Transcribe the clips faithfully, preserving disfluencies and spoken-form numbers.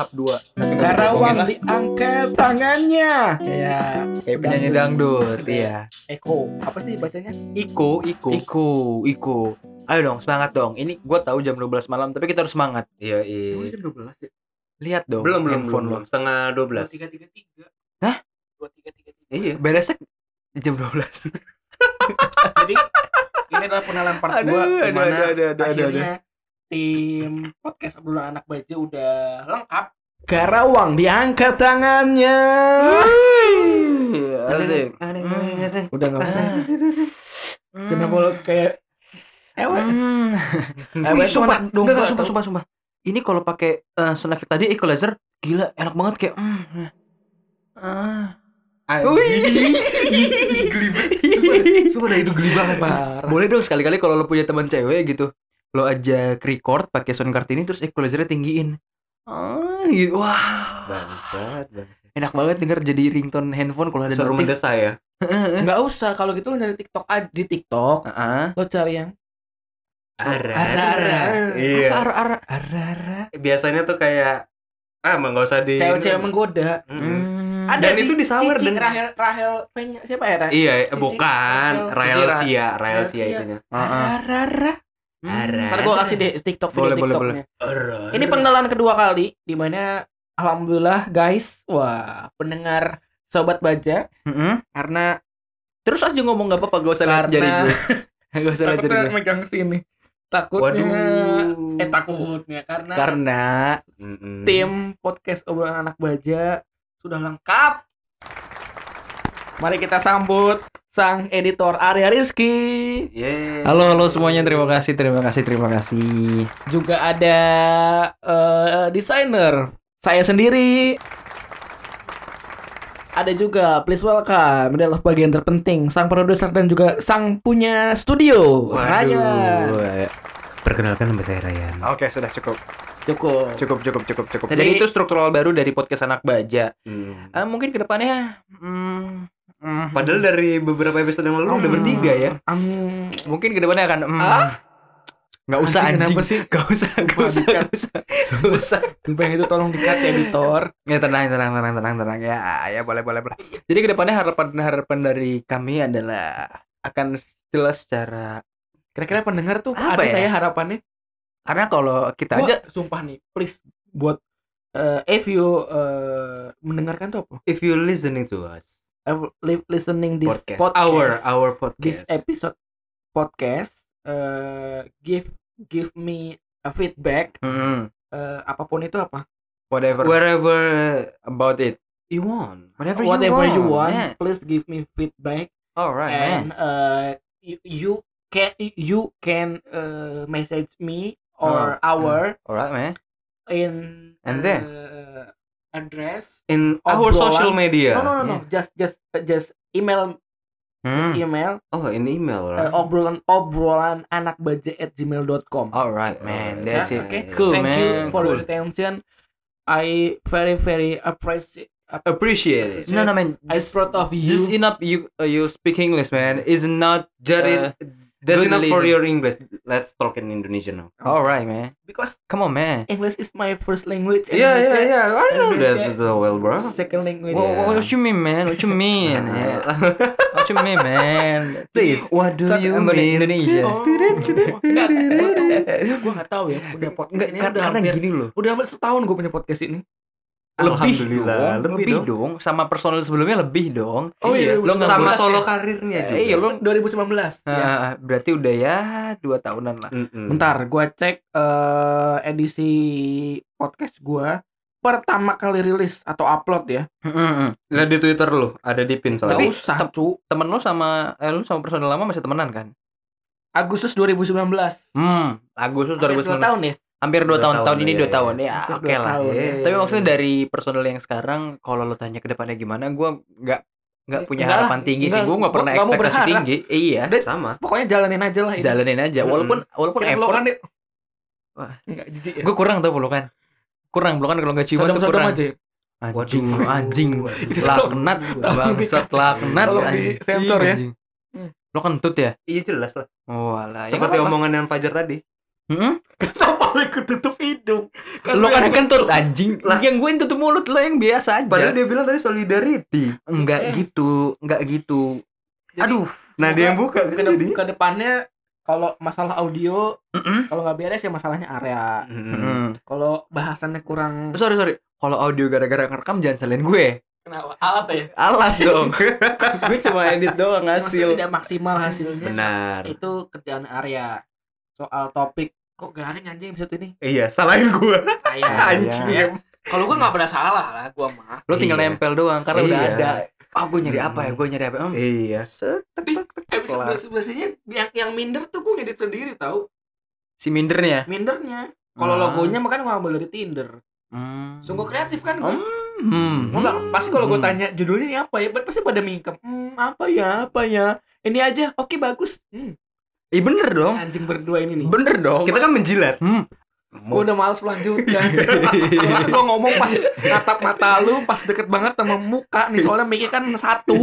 tahap dua. Karawang diangkat tangannya. Ya, Kayak penyanyi dangdut, iya. Eko. Apa sih bacanya? Iko, Iko. Iko, Iko. Ayo dong, semangat dong. Ini gue tahu jam dua belas malam, tapi kita harus semangat. Iya, Emang iya. jam dua belas ya? Lihat dong. Belum, belum, belum, handphone belum. lo. Setengah dua belas. dua tiga tiga tiga. Hah? dua tiga tiga tiga. Iya. Beresnya jam dua belas. Jadi ini adalah pengenalan part Aduh, dua aduh, di mana aduh, aduh, aduh, akhirnya tim podcast obrolan anak baja udah lengkap. Karawang diangkat tangannya. Asik. Udah nggak usah. Kenapa lo kayak ewe? Hmm. Eh, Wih, itu sumpah, anak enggak, domba enggak, sumpah, atau- sumpah, sumpah. Ini kalau pakai uh, sound effect tadi equalizer, gila, enak banget kayak. Mm, ah. Wih. Geli banget. Sumpah dah itu geli banget sih. Parah. Boleh dong sekali-kali kalau lo punya teman cewek gitu, lo ajak record pakai sound card ini terus equalizernya tinggiin. Ah, gitu. Wah. Bangsat, bangsat. Enak banget denger jadi ringtone handphone kalau ada Suruh notif. mendesah ya. Nggak usah, kalau gitu lo nyari TikTok aja di TikTok. Heeh. Lo cari yang Ara. Ara-ara. Iya. Ara-ara. Arara. Biasanya tuh kayak ah, emang enggak usah di Cewek-cewek menggoda. Mm-mm. Hmm. Dan itu disawer Cici, dan- Rahel Rahel Penya siapa ya? Ra- Iya, Cici, bukan Rahel. Rael Cici, Ra- Sia, Rael Rael Sia Sia. itunya. Heeh. Arara. Ara. Ntar gue kasih deh TikTok video Boleh, boleh, TikToknya. Ara. Ini pengenalan kedua kali di mana alhamdulillah guys, wah pendengar sobat baja Mm-mm. karena Terus aja ngomong enggak apa-apa, gak usah lihat Karena- jari gue. Gak usah lihat jari takutnya gue. megang sini. Takutnya Waduh. eh takutnya karena Karena Mm-mm. tim podcast obrolan anak baja sudah lengkap. Mari kita sambut sang editor Arya Rizky. Yeay. halo halo semuanya, terima kasih, terima kasih, terima kasih. Juga ada eh, desainer saya sendiri. Ada juga please welcome, ini adalah bagian terpenting sang produser dan juga sang punya studio. Raya. Waduh. Perkenalkan nama saya Ryan. Oke, sudah cukup. Cukup. Cukup, cukup, cukup, cukup. Jadi- Jadi, itu struktural baru dari podcast anak baja. Hmm. Ah, mungkin kedepannya hmm, hmm, Padahal dari beberapa episode yang lalu udah Hmm. bertiga ya. Um, mungkin kedepannya akan hmm, Ah? nggak usah Anjing, anjing, kenapa sih? nggak usah, nggak Wah, usah, dikat. nggak usah, nggak usah. sumpah yang itu tolong dikat ya editor. Ya tenang, tenang, tenang, tenang, tenang. Ya, ya boleh, boleh, boleh. Jadi kedepannya harapan harapan dari kami adalah akan jelas secara, Kira-kira pendengar tuh Apa ada ya? kayak harapannya? karena kalau kita Gua, aja sumpah nih, please buat eh if you eh, mendengarkan tuh apa? If you listening to us, Eh, li- listening this podcast, podcast, our our this podcast. episode podcast, eh, give give me a feedback, hmm, eh, apapun itu apa? whatever, Wherever about it, you want. whatever, Whatever you want, man. please give me feedback. Alright, man. And uh, you, you can you can uh, message me or Oh, our Alright, man. in And then? uh, address. In our Obrolan. social media. No no no no, just just just email just Hmm. email Oh, in email, uh, right? obrolan obrolan anak baja at gmail dot com. Alright, man. That's Ya, it. oke. Cool, Thank man. you for Cool. your attention. I very very appreciate. Appreciate it. No, no, man. I'm Just, proud of you. just enough. You, uh, you speak English, man. Is not. Just Uh, that's good enough for listen. your English. Let's talk in Indonesian now. Alright, man. Because Come on, man. English is my first language. Yeah, yeah, Indonesia yeah. I know Indonesia that so well, bro. Second language. What, Yeah. what you mean, man? What you mean? Yeah. What you mean, man? Please. What do So- you I'm in mean? Indonesia. Oh, enggak, gua tuh gua nggak tahu ya punya podcast Enggak, ini kar- udah karena hampir gini loh. udah hampir setahun gue punya podcast ini. Alhamdulillah, lebih, lebih dong, lebih dong. Sama personal sebelumnya lebih dong. Oh iya, lo nggak sama bolos solo ya? karirnya juga. Eh, iya, lo dua ribu sembilan belas. Ya. Nah, berarti udah ya dua tahunan lah. Mm-mm. Bentar, gua cek eh, edisi podcast gua pertama kali rilis atau upload ya. Lihat di Twitter lu, ada di pin Gak Tapi soalnya. usah, tem- cu. Temen lo sama eh, lo sama personal lama masih temenan kan? Agustus dua ribu sembilan belas. Hmm, Agustus Hampir dua ribu dua sembilan belas. tahun ya? Hampir dua Dua tahun. tahun, Tahun ini iya, dua iya. tahun ya. Hampir Oke dua lah. tahun, iya. Tapi maksudnya dari personal yang sekarang, kalau lo tanya ke depannya gimana, gue nggak nggak punya Enggak lah, harapan tinggi sih. enggak, Gue nggak gua pernah nggak mau ekspektasi berharap. tinggi. Iya. Udah, Sama. pokoknya jalanin aja lah ini. Jalanin aja. Mm-mm. Walaupun walaupun Kirim effort. pelukan deh. Wah. Enggak jijik ya. Gue kurang tuh pelukan. Kurang pelukan kalau nggak ciuman tuh Sodom-sodom kurang. aja. Anjing, Waduh. anjing, Waduh. laknat, Tolong di- bangsat, laknat, tolong anjing, di sensor ya. anjing. Hmm. Lo kentut ya? Iya jelas lah. Oh alah, ya Seperti nggak apa-apa. omongan yang Fajar tadi. Hmm? Kenapa lu ikut tutup hidung? Lo kan yang kentut anjing. Lah. Yang gue yang tutup mulut, lo yang biasa aja. Padahal dia bilang tadi solidarity. Enggak Eh. gitu, enggak gitu. Jadi, Aduh. Nah, semoga dia yang buka kan ke, jadi. ke depannya kalau masalah audio, Mm-mm. kalau nggak beres ya masalahnya area. Hmm. Mm-mm. Kalau bahasannya kurang Sorry sorry. Kalau audio gara-gara ngerekam jangan salahin gue. kenapa? Alat ya? Alat dong. Gue cuma edit doang Maksudnya hasil. tidak maksimal hasilnya. Benar. Itu kerjaan area. Soal topik kok garing anjing episode ini? Iya, salahin gua. Kayak Anjing. ya. Kalau gua nggak pernah salah lah, gua mah. Lo tinggal Iya. nempel doang karena udah Iya. ada. Ah, gue nyari apa ya? Hmm. Gue nyari apa? Hmm. Iya. Set, tek, tek, tek, tek, kelar. Episode biasanya yang yang minder tuh gua ngedit sendiri tahu. Si mindernya. Mindernya. Kalau Ah. logonya makanya gua ambil dari Tinder. Hmm. Sungguh kreatif kan gua. Hmm. Gua nggak pasti kalau gua Hmm. tanya judulnya ini apa ya, pasti pada mingkem. Hmm, apa ya? Apa ya? Ini aja. Oke, bagus. Hmm. Ih bener dong. Anjing berdua ini nih. Bener dong. Kita kan menjilat. Hmm. Gua udah males melanjutkan. Soalnya gua ngomong pas natap mata lu pas deket banget sama muka nih, soalnya mic-nya kan satu.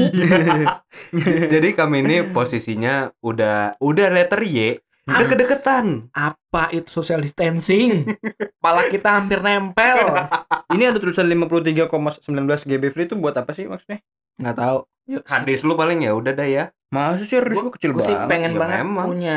Jadi kami ini posisinya udah udah letter Y, udah kedeketan. Apa itu social distancing? Kepala kita hampir nempel. Ini ada tulisan lima puluh tiga koma satu sembilan G B free itu buat apa sih maksudnya? Nggak tahu. Yuk, Hadis lu paling ya udah dah ya. Masa sih harus Gua- gue kecil Gue sih banget. pengen Ya banget memang. punya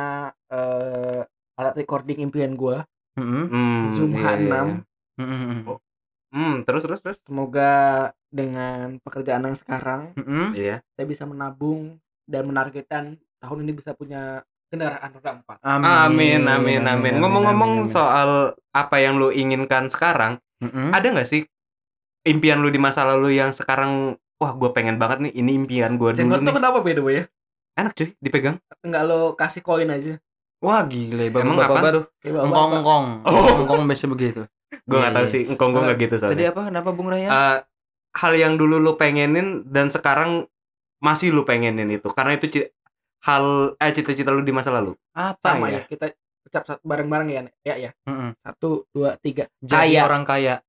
eh, alat recording impian gua. Mm-mm. Hmm, Zoom iya, H enam. iya. Mm-mm. Hmm, terus terus terus. Semoga dengan pekerjaan yang sekarang Mm-mm. Iya. saya bisa menabung dan menargetkan tahun ini bisa punya kendaraan roda empat. Amin, amin, amin. Ngomong-ngomong amin. soal apa yang lu inginkan sekarang, Mm-mm. ada nggak sih impian lu di masa lalu yang sekarang, wah gue pengen banget nih, ini impian gue dulu Jenggot tuh nih. kenapa by the way ya? Enak cuy, dipegang. Enggak lo kasih koin aja. Wah gile, Emang bapak-bapak apaan tuh Kayak bapak-bapak. engkong-engkong. Oh. Engkong biasa begitu. Gue nggak tahu Iya. sih, engkong gue nggak gitu Tadi soalnya. apa? Kenapa Bung Rayas? Eh, hal yang dulu lu pengenin dan sekarang masih lu pengenin itu, karena itu ci- hal eh cita-cita lu di masa lalu. apa Sama ya? ya, kita ucap sat- bareng-bareng ya. Ya ya. Mm-mm. Satu, dua, tiga. Jadi Kaya. orang kaya.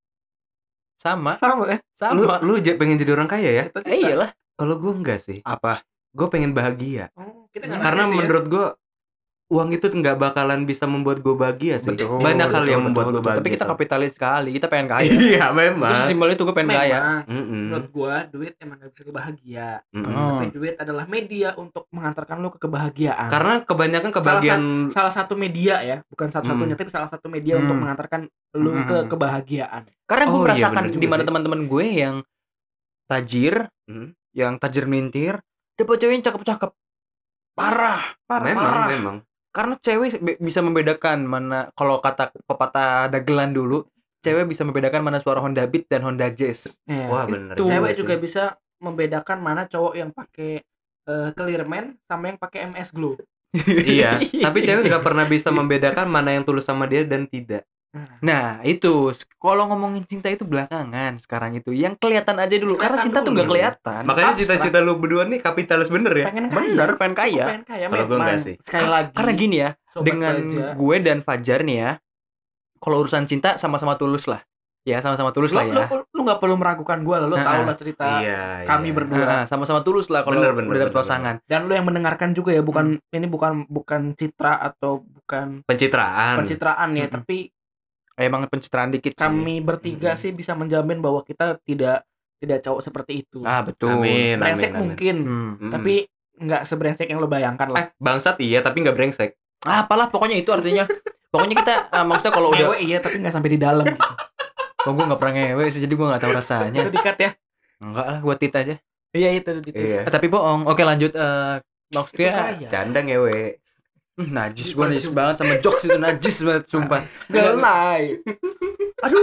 Sama, Sama kan? Lu sama. lu j- pengen jadi orang kaya ya? Cita-cita. Eh, iyalah. Kalau gue enggak sih. Apa? Gue pengen bahagia. Oh, kita nggak Karena ngerti sih ya. menurut gue uang itu nggak bakalan bisa membuat gue bahagia sih. Betul, Banyak hal betul, yang betul, membuat gue betul. bahagia. Tapi kita Sob. kapitalis sekali. Kita pengen kaya. Iya Itu memang. sesimpel itu gue pengen kaya. Memang, Mm-mm. menurut gua duit emang gak bisa bahagia. Mm-mm. Oh. Tapi duit adalah media untuk mengantarkan lu ke kebahagiaan. Karena kebanyakan kebahagiaan salah satu media ya, bukan satu-satunya, Hmm. tapi salah satu media Hmm. untuk mengantarkan lu Hmm. ke kebahagiaan. Karena gue Oh, iya, merasakan bener juga di mana sih. teman-teman gue yang tajir, Hmm. yang tajir mintir, dapat cewek yang cakep-cakep. Parah. Parah. memang parah. memang. Karena cewek be- bisa membedakan mana, kalau kata pepatah dagelan dulu, cewek bisa membedakan mana suara Honda Beat dan Honda Jazz. Iya. Wah bener. Itu. Cewek sih. juga bisa membedakan mana cowok yang pakai eh, Clearman sama yang pakai M S Glow. Iya. Tapi cewek nggak pernah bisa membedakan mana yang tulus sama dia dan tidak. Nah, itu kalau ngomongin cinta itu belakangan sekarang itu. Yang kelihatan aja dulu, karena Kelihatan cinta tuh dulu. nggak kelihatan. Makanya abstrak. cita-cita lu berdua nih kapitalis bener ya. Pengen kaya. Bener, pengen Cukup kaya. pengen kaya. Kalau gua Memang, enggak sih. Sekali Ka- lagi. Karena gini ya, Sobat dengan Baja, gue dan Fajar nih ya, kalau urusan cinta sama-sama tulus lah. Ya, sama-sama tulus lu, lah ya. lu, lu gak perlu meragukan gue, lu Nah, tau lah cerita Iya. kami iya. berdua. Nah, sama-sama tulus lah kalau Bener, bener, udah dapet bener, pasangan. Dan lu yang mendengarkan juga ya, bukan Hmm. ini bukan bukan citra atau bukan Pencitraan. pencitraan ya, Hmm. tapi Emang pencitraan dikit sih. kami bertiga Hmm. sih bisa menjamin bahwa kita tidak tidak cowok seperti itu. Ah, betul. Amin. Brengsek amin, amin. mungkin, Hmm. Mm-mm. tapi nggak sebrengsek yang lo bayangkan lah. eh bangsat iya tapi nggak brengsek. Ah, apalah pokoknya itu artinya. Pokoknya kita ah, maksudnya kalau udah Ngewe iya, tapi nggak sampai di dalam gitu. oh, gue nggak pernah ngewe sih, jadi gue nggak tahu rasanya. Itu dikat ya. Enggak lah, gue tit aja. Iya itu itu. Iya. Eh, tapi bohong. Oke, lanjut. Eh, Itu maksudnya kaya. Canda ngewe. Hmm, najis, gue najis banget sama jokes itu, najis banget sumpah. Gelai. Aduh.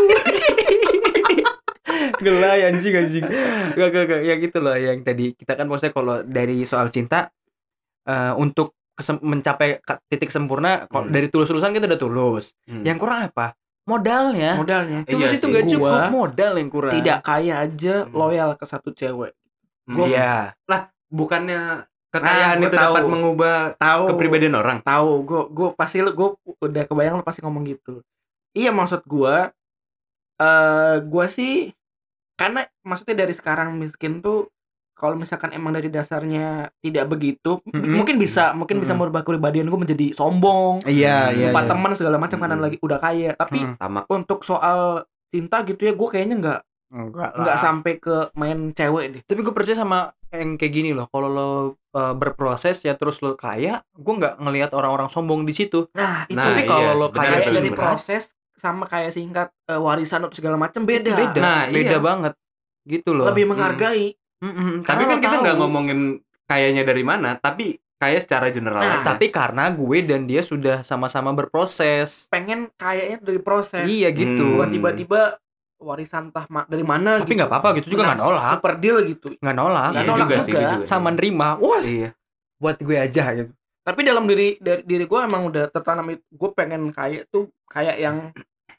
Gelai anjing anjing. Gak gak gak yang itu loh yang tadi kita kan maksudnya kalau dari soal cinta eh, untuk kesem- mencapai ka- titik sempurna kalau Hmm. dari tulus-tulusan kita udah tulus. Hmm. Yang kurang apa? Modalnya. Modalnya. Tulus Iya itu sih. nggak cukup, Gua modal yang kurang. Tidak kaya aja Hmm. loyal ke satu cewek. Hmm. Iya. Bukannya kekayaan Nah, gua itu dapat tahu. mengubah Tahu. kepribadian orang. Tahu, gue gue pasti lu gue udah kebayang lu pasti ngomong gitu. Iya maksud gue, eh gue sih karena maksudnya dari sekarang miskin tuh kalau misalkan emang dari dasarnya tidak begitu, m- Mm-mm. mungkin bisa, mungkin bisa Mm-mm. merubah kepribadian gue menjadi sombong, Iya, Hmm. iya, lupa iya. teman segala macam karena Mm-mm. lagi udah kaya. Tapi Mm. Sama. untuk soal cinta gitu ya, gue kayaknya nggak Enggak nggak lah. sampai ke main cewek deh. Tapi gue percaya sama yang kayak gini loh. Kalau lo uh, berproses ya terus lo kaya, gue nggak ngelihat orang-orang sombong di situ. Nah, itu Nah, Tapi iya, kalau lo sebenarnya kaya kayak itu dari singkat, proses sama kayak singkat eh, warisan atau segala macam itu beda. beda, Nah, beda iya. banget. Gitu loh. Lebih menghargai. Mm-mm. Tapi Karena kan lo kita nggak tahu. ngomongin kayanya dari mana, tapi kaya secara general Nah, aja. Tapi karena gue dan dia sudah sama-sama berproses. Pengen kayaknya dari proses. Iya gitu. Hmm. Bukan tiba-tiba warisan entah ma- dari mana Tapi gitu. nggak apa-apa gitu juga nggak Menang nolak. Super deal gitu. Nggak nolak. Nggak Iya nolak juga sih, juga. gue juga. Sama nerima. Wah, Iya. buat gue aja gitu. Tapi dalam diri dari diri gue emang udah tertanam itu. Gue pengen kaya tuh kayak yang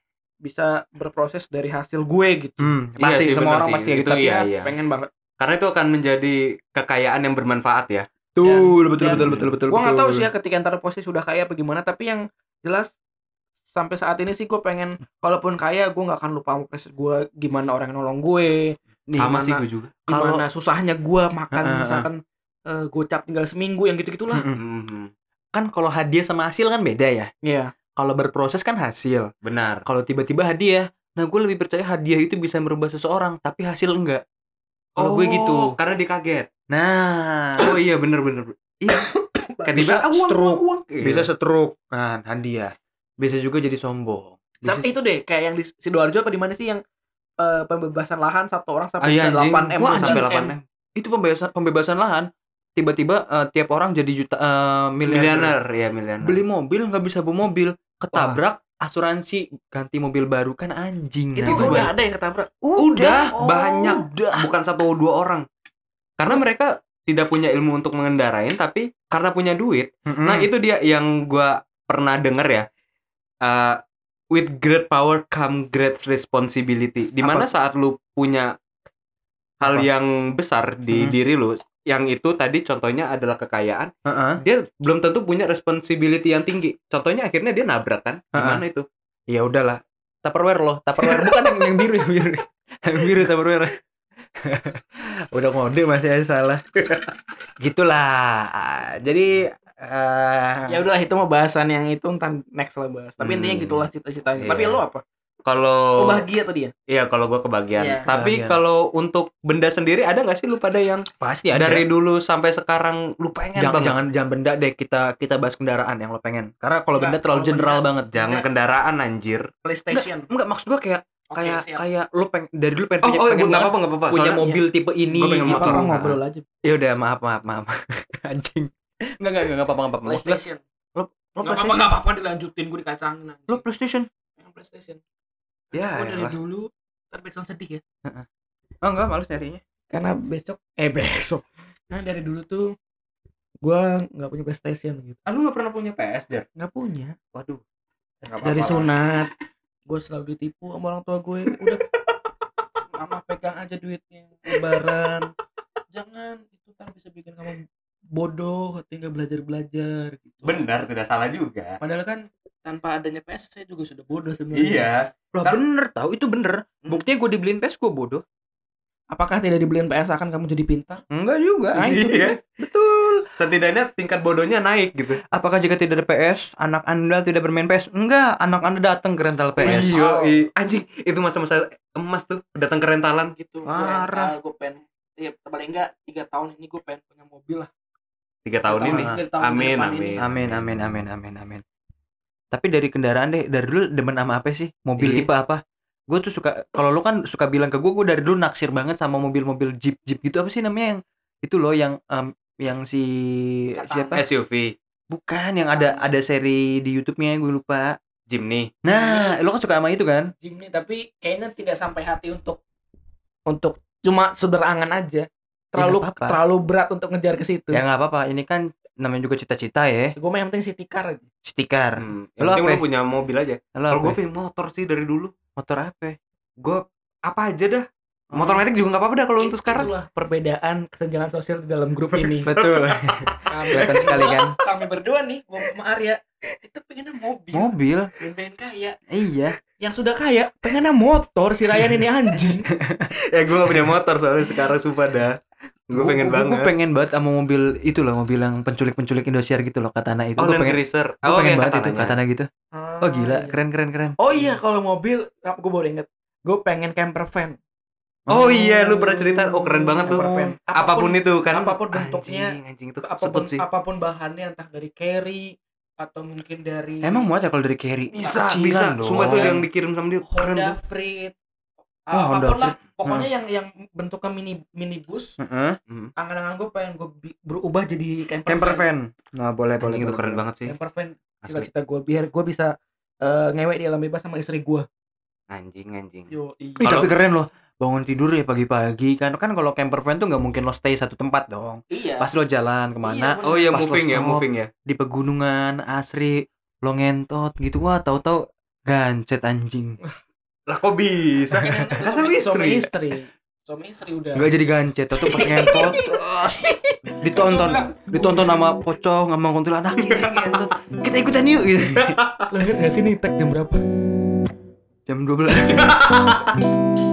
bisa berproses dari hasil gue gitu. Hmm, Iya pasti sih, semua bener orang sih. pasti kayak gitu. Itu Tapi iya, ya, iya. Pengen banget. Karena itu akan menjadi kekayaan yang bermanfaat ya. betul, betul, dan betul, betul, betul, Gue nggak tahu betul. sih ya ketika ntar posisi sudah kaya apa gimana. Tapi yang jelas sampai saat ini sih gue pengen, kalaupun kaya gue nggak akan lupa sama proses gue, gimana orang yang nolong gue, Nih, Sama gimana- sih gue juga. Kalau- gimana susahnya gue makan Heeh, heeh. misalkan eh, gocap tinggal seminggu yang gitu-gitulah. Mm-mm. Mhm. Kan kalau hadiah sama hasil kan beda ya. Iya. Kalau berproses kan hasil. Benar. Kalau tiba-tiba hadiah, nah gue lebih percaya hadiah itu bisa merubah seseorang, tapi hasil enggak. Kalau gue gitu. Karena dia kaget. Nah, Oh iya, bener-bener. Iya. Kayak bisa dia, "Ah, uang, stroke, uang, uang." Iya. bisa stroke kan hadiah. Bisa juga jadi sombong. Bisa, Sampai itu deh kayak yang di Sidoarjo apa di mana sih yang eh, pembebasan lahan satu orang Ah, sampai iya, bisa anjing. delapan M Wah, sampai sebelas delapan M. M. itu pembebasan pembebasan lahan. Tiba-tiba eh, tiap orang jadi juta eh, miliarder. Miliuner, ya miliuner. Beli mobil nggak bisa bawa mobil, ketabrak asuransi ganti mobil baru kan anjing. Itu Nah, Itu udah banyak. ada yang ketabrak. Udah, Oh, banyak. udah. Bukan satu dua orang. Karena mereka tidak punya ilmu untuk mengendarain, tapi karena punya duit. Mm-mm. Nah, itu dia yang gua pernah denger ya. Uh, with great power come great responsibility. Dimana Apa? saat lu punya hal Apa? yang besar di Hmm. diri lu, yang itu tadi contohnya adalah kekayaan, Heeh. dia belum tentu punya responsibility yang tinggi. Contohnya akhirnya dia nabrak kan? Gimana itu? Ya udahlah. Tupperware loh, Tupperware bukan yang, yang biru yang biru. Yang biru Tupperware. Udah ngode masih aja salah. Gitulah. Ah, Jadi eh Ya udahlah itu mah bahasan yang itu ntar next lah bahas. Tapi Hmm. intinya gitulah cita-citanya. Iya. Tapi lo apa? Kalau Oh bahagia tadi ya? iya, kalau gua kebagian. Iya, Tapi kebagian. kalau untuk benda sendiri ada nggak sih lu pada yang pasti ada. dari dulu sampai sekarang lu pengen jangan, banget? jangan jangan benda deh, kita kita bahas kendaraan yang lo pengen. Karena kalau Enggak, benda terlalu kalau general benda- banget. Jangan Enggak. kendaraan anjir. PlayStation. Enggak, maksud gua kayak Oke, kayak siap. kayak lo pengen dari dulu pengen Oh, punya oh, pengen enggak banget apa-apa, enggak apa-apa. punya Soalnya mobil tipe ini gua pengen gitu. motor. Apa Nah. ngobrol aja? Ya udah, maaf maaf maaf. Anjing. Enggak enggak enggak apa-apa enggak apa-apa. Maksud gua, PlayStation. lo Enggak apa-apa, PlayStation. enggak apa-apa dilanjutin, gue dikacangin anjing. Lo PlayStation. Yang PlayStation. Ya, Gue dari elah. dulu ntar besok sedih ya. Oh enggak, males nyarinya. Karena besok eh besok. Nah dari dulu tuh gue nggak punya PlayStation gitu. Ah, lu enggak pernah punya P S, Jar? Nggak punya. Waduh. Enggak Dari apa-apa. sunat gue selalu ditipu sama orang tua gue. Udah mama pegang aja duitnya lebaran. Jangan itu ntar bisa bikin kamu bodoh, tinggal belajar belajar gitu. Benar, tidak salah juga. Padahal kan tanpa adanya P S saya juga sudah bodoh sebenarnya. Iya. Lah Ntar- bener tau, itu bener. Hmm. Buktinya gue dibeliin P S gue bodoh. Apakah tidak dibeliin P S akan kamu jadi pintar? Enggak juga. Nah, itu Iya. Betul. Setidaknya tingkat bodohnya naik gitu. Apakah jika tidak ada P S, anak Anda tidak bermain P S? Enggak, anak Anda datang ke rental P S. Iya, iya. Anjing, itu masa-masa emas tuh datang ke rentalan. Gitu. Parah. Gue pengen, ya paling enggak tiga tahun ini gue pengen punya mobil lah. Tiga tahun Tiga ini. tiga tahun ke Amin, depan amin. ini. Amin, amin, amin, amin, amin. Tapi dari kendaraan deh, dari dulu demen sama apa sih? Mobil Iya. tipe apa? Gue tuh suka, kalau lu kan suka bilang ke gue, gue dari dulu naksir banget sama mobil-mobil Jeep, Jeep gitu. Apa sih namanya yang itu loh, yang em, yang si Katana. siapa? S U V, Bukan, yang ada ada seri di YouTube-nya gue lupa. Jimny. Nah, lo kan suka sama itu kan? Jimny tapi kayaknya tidak sampai hati untuk untuk cuma seberangan aja. Terlalu nggak apa-apa. terlalu berat untuk ngejar ke situ. Ya nggak apa-apa, ini kan namanya juga cita-cita ya. Gue mah yang penting city car aja. Stiker. Hmm, Lo yang penting apa? lu punya mobil aja. Lo Kalau apa? gue pengen motor sih dari dulu. Motor apa? Gue apa aja dah. Motor metik juga nggak apa-apa dah kalau untuk sekarang. Itulah perbedaan kesenjangan sosial di dalam grup ini. Betul. Kami, Kelihatan sekali kan? kami berdua nih, gue sama Arya itu pengennya mobil, Mobil. dan pengen kaya. Iya. Yang sudah kaya pengennya motor, si Ryan ini anjing. Ya gue gak punya motor soalnya sekarang sumpah dah. Gue pengen banget. Gue pengen banget sama mobil itu loh, mobil yang penculik-penculik Indosiar gitu loh, Katana itu. Oh, Gue Land pengen, Cruiser. gue Oh, pengen yang banget itu Katananya. Katana gitu. Oh gila, keren keren keren. Oh iya, kalau mobil gue baru inget. Gue pengen camper van. Oh iya, lu pernah cerita. Oh, keren banget tuh. Camper van. Apapun, itu kan. apapun bentuknya, Anjing, anjing itu apapun sebut sih. apapun bahannya, entah dari carry atau mungkin dari Emang muat ya kalau dari carry? Bisa, Kecilan bisa. dong. Semua tuh yang dikirim sama dia keren Honda tuh. Freed. Oh, Honda apapun lah, Freed. pokoknya yang yang bentuknya mini minibus. Heeh. Angan-angan gue pengen gue bi- berubah jadi camper, Camper van. van. Nah, boleh boleh. Anjing itu boleh, keren boleh. banget sih. Camper van Asli. cita-cita gue biar gue bisa eh, ngewek di alam bebas sama istri gue. Anjing, anjing. Yo, Ih, Kalau- tapi keren loh. Bangun tidur ya pagi-pagi kan. Kan kalau camper van tuh nggak mungkin lo stay satu tempat dong. iya. Pas lo jalan kemana, Iya, Oh iya, Pas lo moving ya, stop. moving ya. di pegunungan asri, lo ngentot gitu, wah tahu-tahu gancet anjing. Lah kok bisa? Kan Kan suami, sama suami istri. istri. Suami istri udah. Nggak jadi gancet, tuh pas ngentot terus ditonton, ditonton sama pocong sama kuntilanak gitu, ngentot. Kita ikutan yuk gitu. Lo inget gak sih nih tag jam berapa? Jam dua belas.